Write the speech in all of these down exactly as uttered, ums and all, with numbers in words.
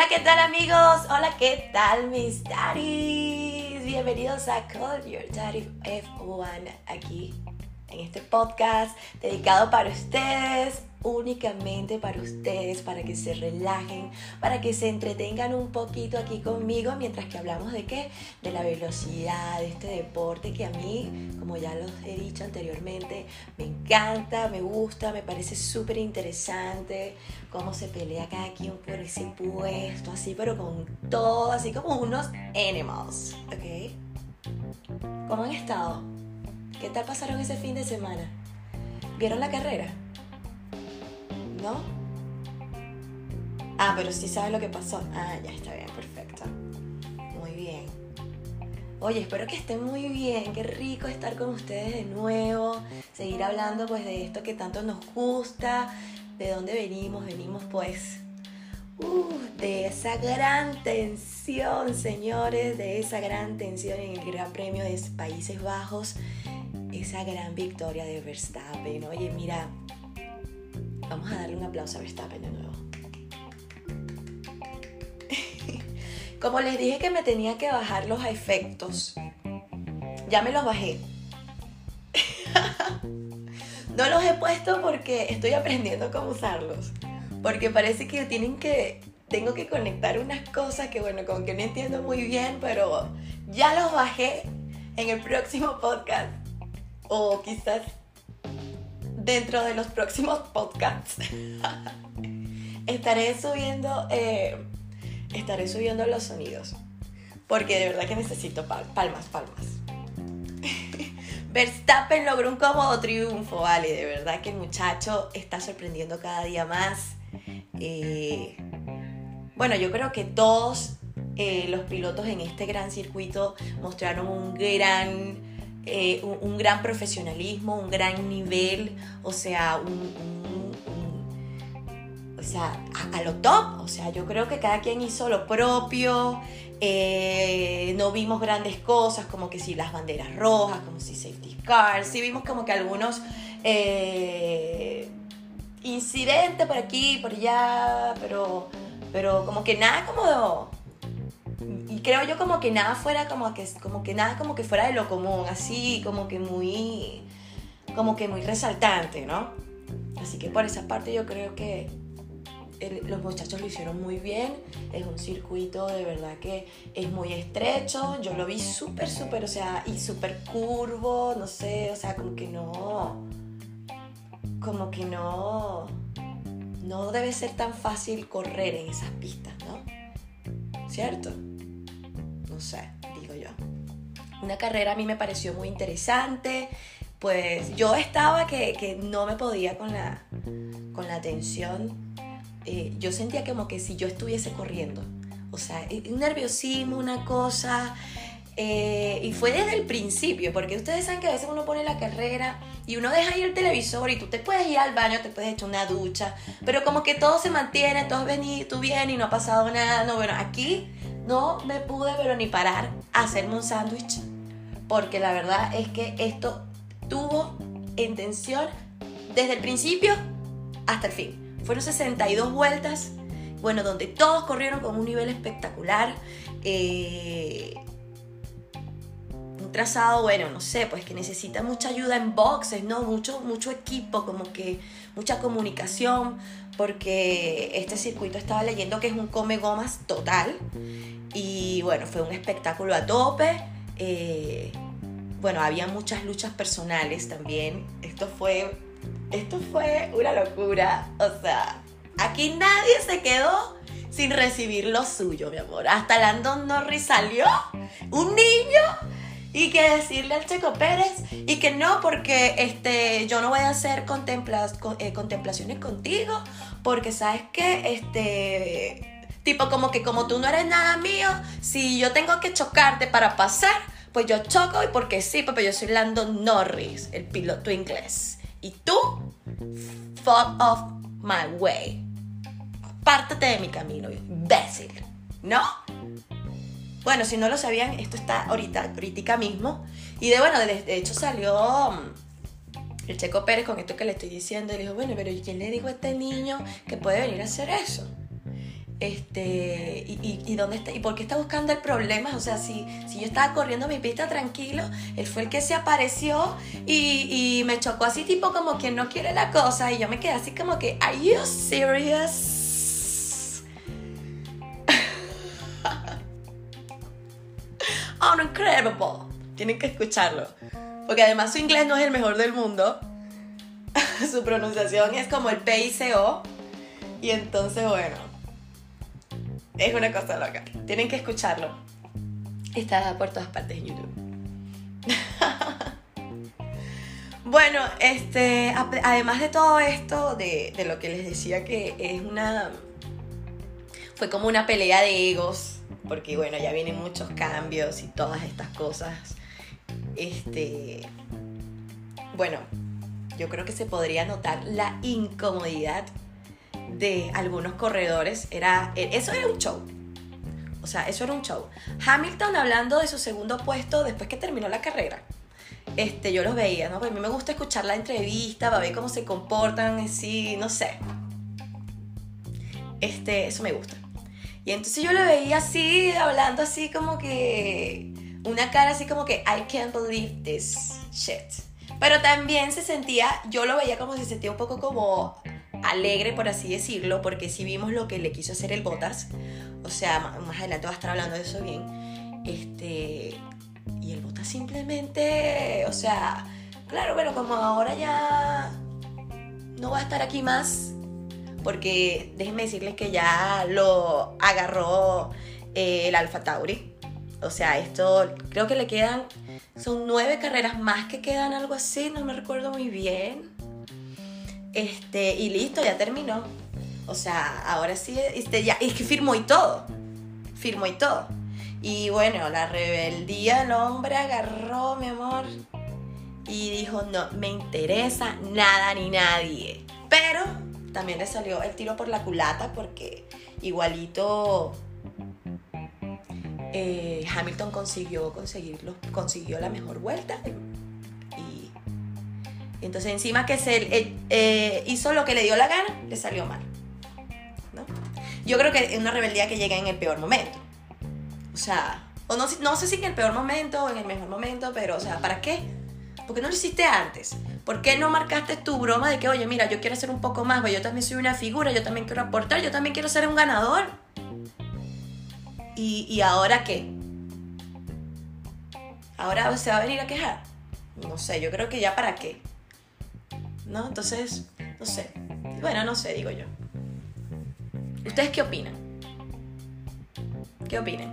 ¿qué tal amigos? Hola, ¿qué tal mis daddies? Bienvenidos a Call Your Daddy F uno aquí en este podcast dedicado para ustedes, únicamente para ustedes, para que se relajen, para que se entretengan un poquito aquí conmigo mientras que hablamos de qué, de la velocidad, de este deporte que a mí, como ya los he dicho anteriormente, me encanta, me gusta, me parece súper interesante cómo se pelea cada quien por ese puesto, así, pero con todo, así como unos animals, ¿ok? ¿Cómo han estado? ¿Qué tal pasaron ese fin de semana? ¿Vieron la carrera? ¿No? Ah, pero sí sabes lo que pasó. Ah, ya está bien, perfecto. Muy bien. Oye, espero que estén muy bien. Qué rico estar con ustedes de nuevo. Seguir hablando pues de esto que tanto nos gusta. ¿De dónde venimos? Venimos pues uh, de esa gran tensión, señores. De esa gran tensión en el Gran Premio de Países Bajos. Esa gran victoria de Verstappen. Oye, mira, vamos a darle un aplauso a Verstappen de nuevo. Como les dije que me tenía que bajar los efectos, ya me los bajé. No los he puesto porque estoy aprendiendo cómo usarlos. Porque parece que tienen que, tengo que conectar unas cosas que bueno, como que no entiendo muy bien, pero ya los bajé en el próximo podcast. O quizás dentro de los próximos podcasts estaré subiendo eh, estaré subiendo los sonidos porque de verdad que necesito pal- palmas, palmas. Verstappen logró un cómodo triunfo, vale, de verdad que el muchacho está sorprendiendo cada día más. Eh, bueno, yo creo que todos eh, los pilotos en este gran circuito mostraron un gran Eh, un, un gran profesionalismo, un gran nivel, o sea, un, un, un, o sea a, a lo top. O sea, yo creo que cada quien hizo lo propio. Eh, no vimos grandes cosas como que si las banderas rojas, como si safety cars, sí vimos como que algunos eh, incidentes por aquí, por allá, pero, pero como que nada como... Y creo yo como que nada fuera como que, como que nada como que fuera de lo común, así como que muy, como que muy resaltante, ¿no? Así que por esa parte yo creo que el, los muchachos lo hicieron muy bien. Es un circuito de verdad que es muy estrecho. Yo lo vi súper, súper, o sea, y súper curvo, no sé, o sea, como que no, como que no, no debe ser tan fácil correr en esas pistas, ¿no? ¿Cierto? No sé, digo yo. Una carrera a mí me pareció muy interesante. Pues yo estaba que, que no me podía con la, con la tensión. Eh, yo sentía como que si yo estuviese corriendo. O sea, un nerviosismo, una cosa. Eh, y fue desde el principio, porque ustedes saben que a veces uno pone la carrera y uno deja ahí el televisor y tú te puedes ir al baño, te puedes echar una ducha, pero como que todo se mantiene, todo vení, tú vienes y no ha pasado nada. No, bueno, aquí no me pude pero ni parar a hacerme un sándwich, porque la verdad es que esto tuvo en tensión desde el principio hasta el fin. Fueron sesenta y dos vueltas, bueno, donde todos corrieron con un nivel espectacular. Eh... un trazado, bueno, no sé, pues que necesita mucha ayuda en boxes, ¿no? Mucho, mucho equipo, como que mucha comunicación, porque este circuito estaba leyendo que es un come gomas total. Y bueno, fue un espectáculo a tope. Eh, bueno, había muchas luchas personales también. Esto fue, esto fue una locura. O sea, aquí nadie se quedó sin recibir lo suyo, mi amor. Hasta Lando Norris salió, un niño, y que decirle al Checo Pérez y que no, porque este, yo no voy a hacer contempla, eh, contemplaciones contigo, porque sabes que este, tipo como que como tú no eres nada mío, si yo tengo que chocarte para pasar, pues yo choco, y porque sí, porque yo soy Lando Norris, el piloto inglés, y tú fuck off my way, apártate de mi camino, imbécil, ¿no? Bueno, si no lo sabían, esto está ahorita, ahorita mismo. Y de bueno, de, de hecho salió el Checo Pérez con esto que le estoy diciendo. Y le dijo, bueno, pero ¿quién le dijo a este niño que puede venir a hacer eso? Este, y, y, y dónde está, y por qué está buscando el problema. O sea, si, si yo estaba corriendo mi pista tranquilo, él fue el que se apareció y, y me chocó así tipo como quien no quiere la cosa, y yo me quedé así como que, ¿are you serious? Incredible. Tienen que escucharlo, porque además su inglés no es el mejor del mundo. Su pronunciación es como el P I C O, y entonces bueno, es una cosa loca. Tienen que escucharlo. Está por todas partes en YouTube. Bueno, este, además de todo esto, de, de lo que les decía que es una... Fue como una pelea de egos, porque bueno, ya vienen muchos cambios y todas estas cosas. Este... Bueno, yo creo que se podría notar la incomodidad de algunos corredores. Era, eso era un show. O sea, eso era un show. Hamilton hablando de su segundo puesto después que terminó la carrera. Este, yo los veía, ¿no? Pues a mí me gusta escuchar la entrevista para ver cómo se comportan, así, no sé. Este, eso me gusta. Y entonces yo lo veía así, hablando así como que... Una cara así como que, I can't believe this shit. Pero también se sentía, yo lo veía como se sentía un poco como alegre, por así decirlo, porque sí vimos lo que le quiso hacer el Bottas. O sea, más adelante va a estar hablando de eso bien. Este, y el Bottas simplemente, o sea, claro, pero como ahora ya no va a estar aquí más, porque déjenme decirles que ya lo agarró eh, el Alfa Tauri. O sea, esto creo que le quedan, son nueve carreras más que quedan, algo así, no me recuerdo muy bien. Este, y listo, ya terminó. O sea, ahora sí, este, ya, es que firmó y todo. Firmó y todo. Y bueno, la rebeldía, el hombre agarró, mi amor, y dijo, no me interesa nada ni nadie. Pero también le salió el tiro por la culata, porque igualito eh, Hamilton consiguió, conseguirlo, consiguió la mejor vuelta. Y, y entonces encima que se eh, eh, hizo lo que le dio la gana, le salió mal, ¿no? Yo creo que es una rebeldía que llega en el peor momento. O sea, o no, no sé si en el peor momento o en el mejor momento, pero, o sea, ¿para qué? ¿Por qué no lo hiciste antes? ¿Por qué no marcaste tu broma de que, oye, mira, yo quiero hacer un poco más, yo también soy una figura, yo también quiero aportar, yo también quiero ser un ganador? ¿Y, y ahora qué? ¿Ahora se va a venir a quejar? No sé, yo creo que ya para qué, ¿no? Entonces, no sé. Bueno, no sé, digo yo. ¿Ustedes qué opinan? ¿Qué opinan?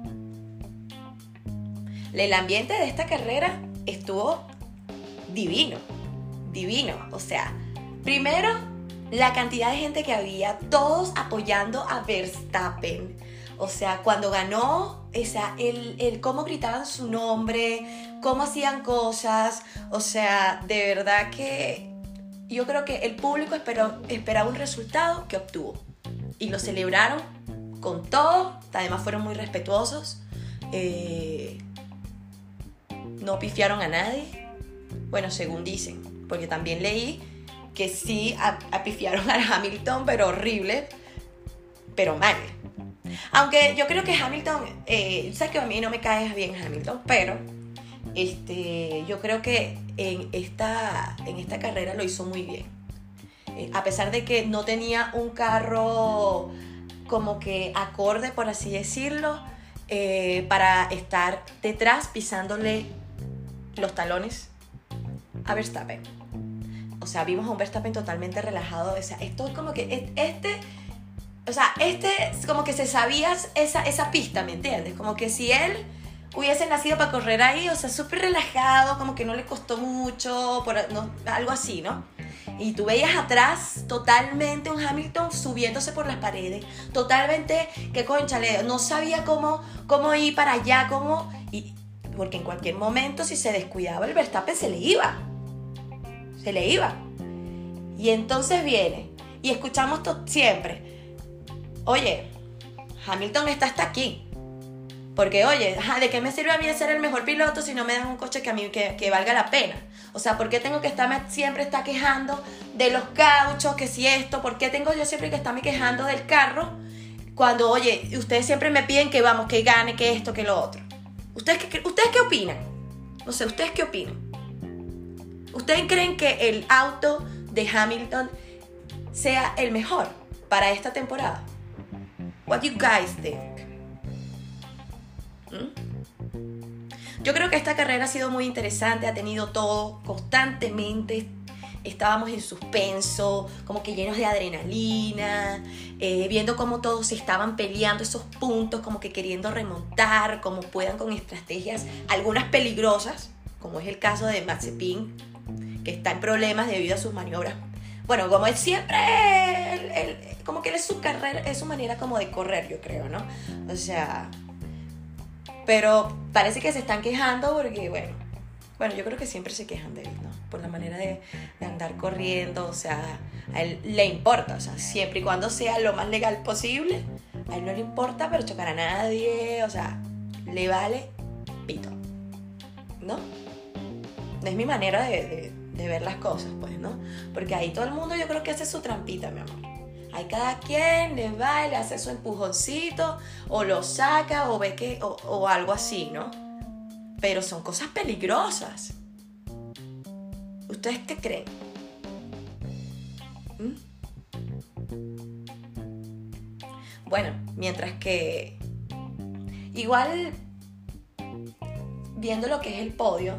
El ambiente de esta carrera estuvo divino, divino. O sea, primero, la cantidad de gente que había, todos apoyando a Verstappen. O sea, cuando ganó, o sea, el, el cómo gritaban su nombre, cómo hacían cosas. O sea, de verdad que yo creo que el público esperó, esperaba un resultado que obtuvo. Y lo celebraron con todo. Además fueron muy respetuosos. Eh... No pifiaron a nadie. Bueno, según dicen, porque también leí que sí apifiaron a Hamilton, pero horrible, pero mal. Aunque yo creo que Hamilton, eh, sé que a mí no me cae bien Hamilton, pero este, yo creo que en esta, en esta carrera lo hizo muy bien. Eh, a pesar de que no tenía un carro como que acorde, por así decirlo, eh, para estar detrás pisándole los talones a Verstappen. O sea, vimos a un Verstappen totalmente relajado. O sea, esto es como que este, o sea, este como que se sabía esa, esa pista, ¿me entiendes? Como que si él hubiese nacido para correr ahí, o sea, súper relajado, como que no le costó mucho, por, no, algo así, ¿no? Y tú veías atrás totalmente un Hamilton subiéndose por las paredes, totalmente, que conchale, no sabía cómo, cómo ir para allá, cómo... Y, porque en cualquier momento, si se descuidaba, el Verstappen se le iba. Se le iba. Y entonces viene, y escuchamos to- siempre, oye, Hamilton está hasta aquí. Porque, oye, ¿de qué me sirve a mí ser el mejor piloto si no me dan un coche que a mí que, que valga la pena? O sea, ¿por qué tengo que estarme siempre estar quejando de los cauchos, que si esto? ¿Por qué tengo yo siempre que estarme quejando del carro Cuando, oye, ustedes siempre me piden que vamos, que gane, que esto, que lo otro. ¿Ustedes qué, ¿ustedes qué opinan? No sé, ¿ustedes qué opinan? ¿Ustedes creen que el auto de Hamilton sea el mejor para esta temporada? What do you guys think? ¿Mm? Yo creo que esta carrera ha sido muy interesante, ha tenido todo constantemente. Estábamos en suspenso, como que llenos de adrenalina, eh, viendo cómo todos se estaban peleando esos puntos, como que queriendo remontar, como puedan con estrategias, algunas peligrosas, como es el caso de Mazepin, que está en problemas debido a sus maniobras. Bueno, como él siempre, él, él, como que él es su carrera, es su manera como de correr, yo creo, ¿no? O sea, pero parece que se están quejando porque, bueno, bueno, yo creo que siempre se quejan de él, ¿no? Por la manera de, de andar corriendo, o sea, a él le importa, o sea, siempre y cuando sea lo más legal posible, a él no le importa, pero chocar a nadie, o sea, le vale pito, ¿no? No es mi manera de, de, de ver las cosas, pues, ¿no? Porque ahí todo el mundo yo creo que hace su trampita, mi amor. Ahí cada quien le va y le hace su empujoncito, o lo saca, o ve que, o, o algo así, ¿no? Pero son cosas peligrosas. ¿Ustedes qué creen? ¿Mm? Bueno, mientras que igual viendo lo que es el podio,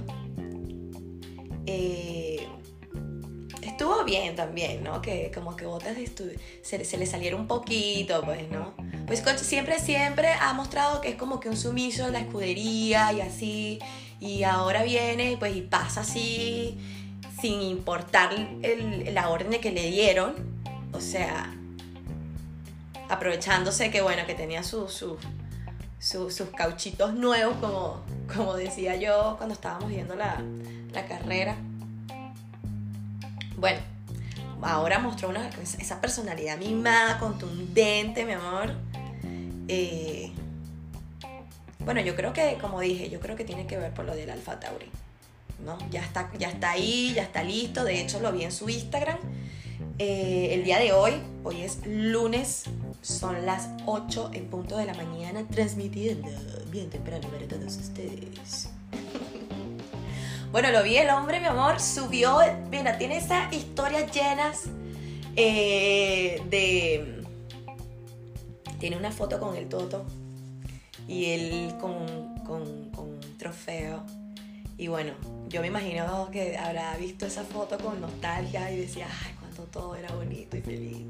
eh, estuvo bien también, ¿no? Que como que Bottas estu- se, se le saliera un poquito, pues, ¿no? Pues siempre, siempre ha mostrado que es como que un sumiso en la escudería y así, y ahora viene, pues, y pasa así, sin importar el, la orden que le dieron, o sea, aprovechándose que, bueno, que tenía sus su, su, sus cauchitos nuevos, como, como decía yo cuando estábamos viendo la, la carrera. Bueno, ahora mostró una, esa personalidad mimada, contundente, mi amor. Eh, bueno, yo creo que, como dije, yo creo que tiene que ver por lo del Alfa Tauri, ¿no? Ya está, ya está ahí, ya está listo. De hecho, lo vi en su Instagram. Eh, el día de hoy, hoy es lunes, son las ocho en punto de la mañana, transmitiendo bien temprano para todos ustedes. Bueno, lo vi, el hombre, mi amor, subió, mira, tiene esas historias llenas eh, de... Tiene una foto con el Toto y él con, con, con un trofeo. Y bueno, yo me imagino que habrá visto esa foto con nostalgia y decía, ay, cuando todo era bonito y feliz.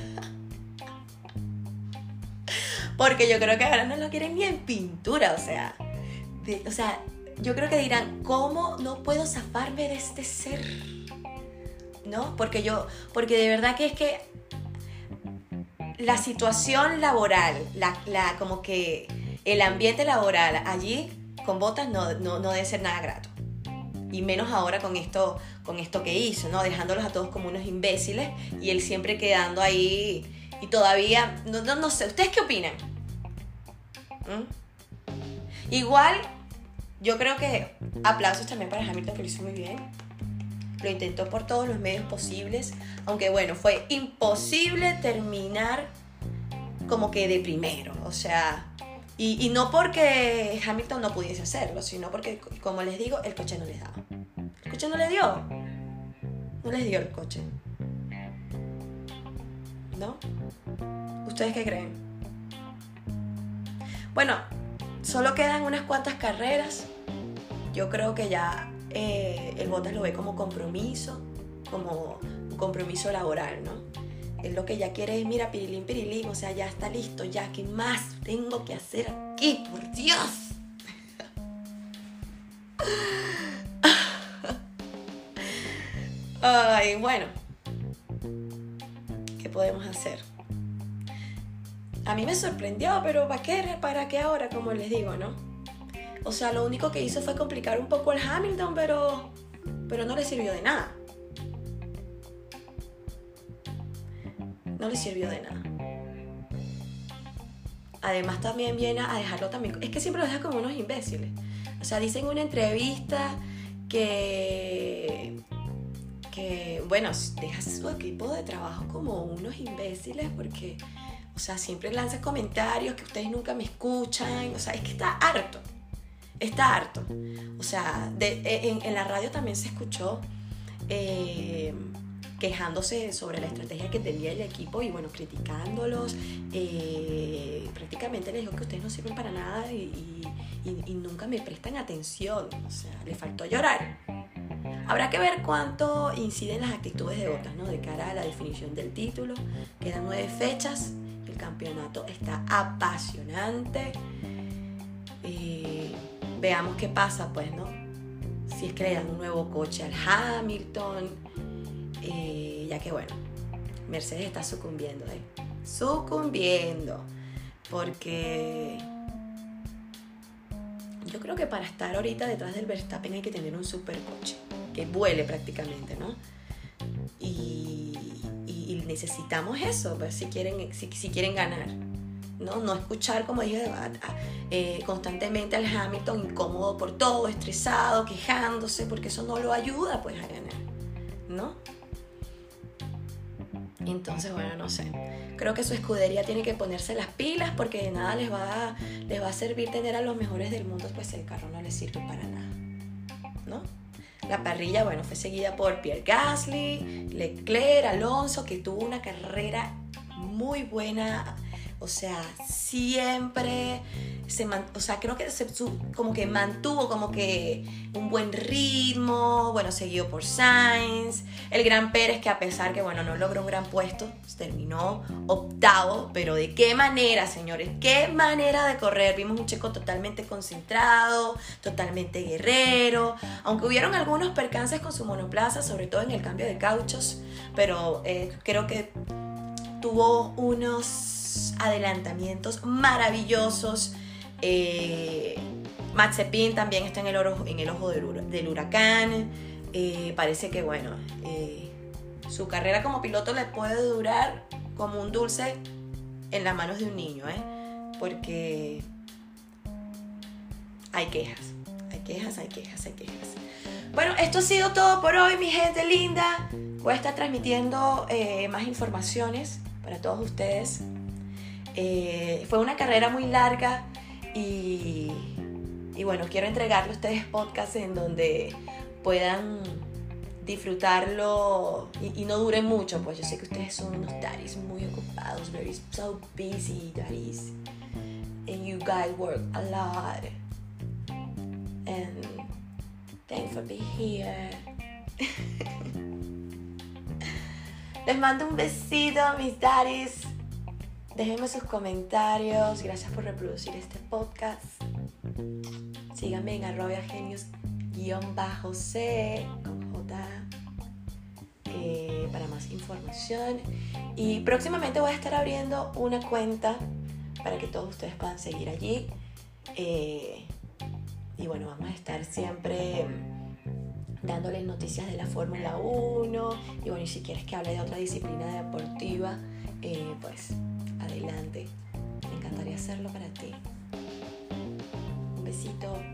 Porque yo creo que ahora no lo quieren ni en pintura, o sea, de, o sea, yo creo que dirán, ¿cómo no puedo zafarme de este ser? ¿No? Porque yo, porque de verdad que es que la situación laboral, la, la, como que el ambiente laboral allí con Bottas no, no, no debe ser nada grato. Y menos ahora con esto, con esto que hizo, ¿no? Dejándolos a todos como unos imbéciles y él siempre quedando ahí y todavía, no, no, no sé, ¿ustedes qué opinan? ¿Mm? Igual, yo creo que aplausos también para Hamilton, que lo hizo muy bien. Lo intentó por todos los medios posibles, aunque bueno, fue imposible terminar como que de primero, o sea, y, y no porque Hamilton no pudiese hacerlo, sino porque, como les digo, el coche no les daba. El coche no le dio, no les dio el coche, ¿no? ¿Ustedes qué creen? Bueno, solo quedan unas cuantas carreras. Yo creo que ya eh, el Bottas lo ve como compromiso, como un compromiso laboral, ¿no? Él lo que ya quiere es, mira, pirilín, pirilín, o sea, ya está listo, ya, ¿qué más tengo que hacer aquí? ¡Por Dios! Ay, bueno, ¿qué podemos hacer? A mí me sorprendió, pero ¿para qué, para qué ahora? Como les digo, ¿no? O sea, lo único que hizo fue complicar un poco el Hamilton, pero, pero no le sirvió de nada. No le sirvió de nada. Además también viene a dejarlo también... Es que siempre lo deja como unos imbéciles. O sea, dicen en una entrevista que... que, bueno, deja su equipo de trabajo como unos imbéciles porque... O sea, siempre lanza comentarios que ustedes nunca me escuchan. O sea, es que está harto. Está harto. O sea, de, en, en la radio también se escuchó eh, quejándose sobre la estrategia que tenía el equipo y bueno, criticándolos. Eh, prácticamente les dijo que ustedes no sirven para nada y, y, y, y nunca me prestan atención. O sea, les faltó llorar. Habrá que ver cuánto inciden las actitudes de otras, ¿no? De cara a la definición del título. Quedan nueve fechas. El campeonato está apasionante. Eh, veamos qué pasa, pues, ¿no? Si es que le dan un nuevo coche al Hamilton. Eh, ya que, bueno, Mercedes está sucumbiendo, ¿eh? Sucumbiendo. Porque yo creo que para estar ahorita detrás del Verstappen hay que tener un supercoche que vuele prácticamente, ¿no? Y, y, y necesitamos eso, pues, si quieren, si, si quieren ganar, ¿no? No escuchar, como dije, a, a, eh, constantemente al Hamilton incómodo por todo, estresado, quejándose, porque eso no lo ayuda, pues, a ganar, ¿no? Entonces, bueno, no sé. Creo que su escudería tiene que ponerse las pilas porque de nada les va a, les va a servir tener a los mejores del mundo, pues el carro no les sirve para nada, ¿no? La parrilla, bueno, fue seguida por Pierre Gasly, Leclerc, Alonso, que tuvo una carrera muy buena. O sea, siempre se man, o sea, creo que se, su, como que mantuvo como que un buen ritmo, bueno, seguido por Sainz, el gran Pérez, que a pesar que, bueno, no logró un gran puesto, terminó octavo, pero de qué manera, señores, qué manera de correr. Vimos un Checo totalmente concentrado, totalmente guerrero, aunque hubieron algunos percances con su monoplaza, sobre todo en el cambio de cauchos, pero eh, creo que tuvo unos adelantamientos maravillosos. eh, Mazepin también está en el, oro, en el ojo del, del huracán. eh, parece que bueno eh, su carrera como piloto le puede durar como un dulce en las manos de un niño, ¿eh? Porque hay quejas hay quejas, hay quejas, hay quejas. Bueno, esto ha sido todo por hoy, mi gente linda. Voy a estar transmitiendo eh, más informaciones para todos ustedes. Eh, fue una carrera muy larga y, y bueno, quiero entregarle a ustedes podcasts en donde puedan disfrutarlo y, y no dure mucho, pues yo sé que ustedes son unos daddies muy ocupados, very so busy daddies, and you guys work a lot, and thanks for being here. Les mando un besito, mis daddies. Déjenme sus comentarios. Gracias por reproducir este podcast. Síganme en arroba genius-c con J eh, para más información. Y próximamente voy a estar abriendo una cuenta para que todos ustedes puedan seguir allí. Eh, y bueno, vamos a estar siempre dándoles noticias de la Fórmula uno. Y bueno, y si quieres que hable de otra disciplina deportiva, eh, pues adelante. Me encantaría hacerlo para ti. Un besito.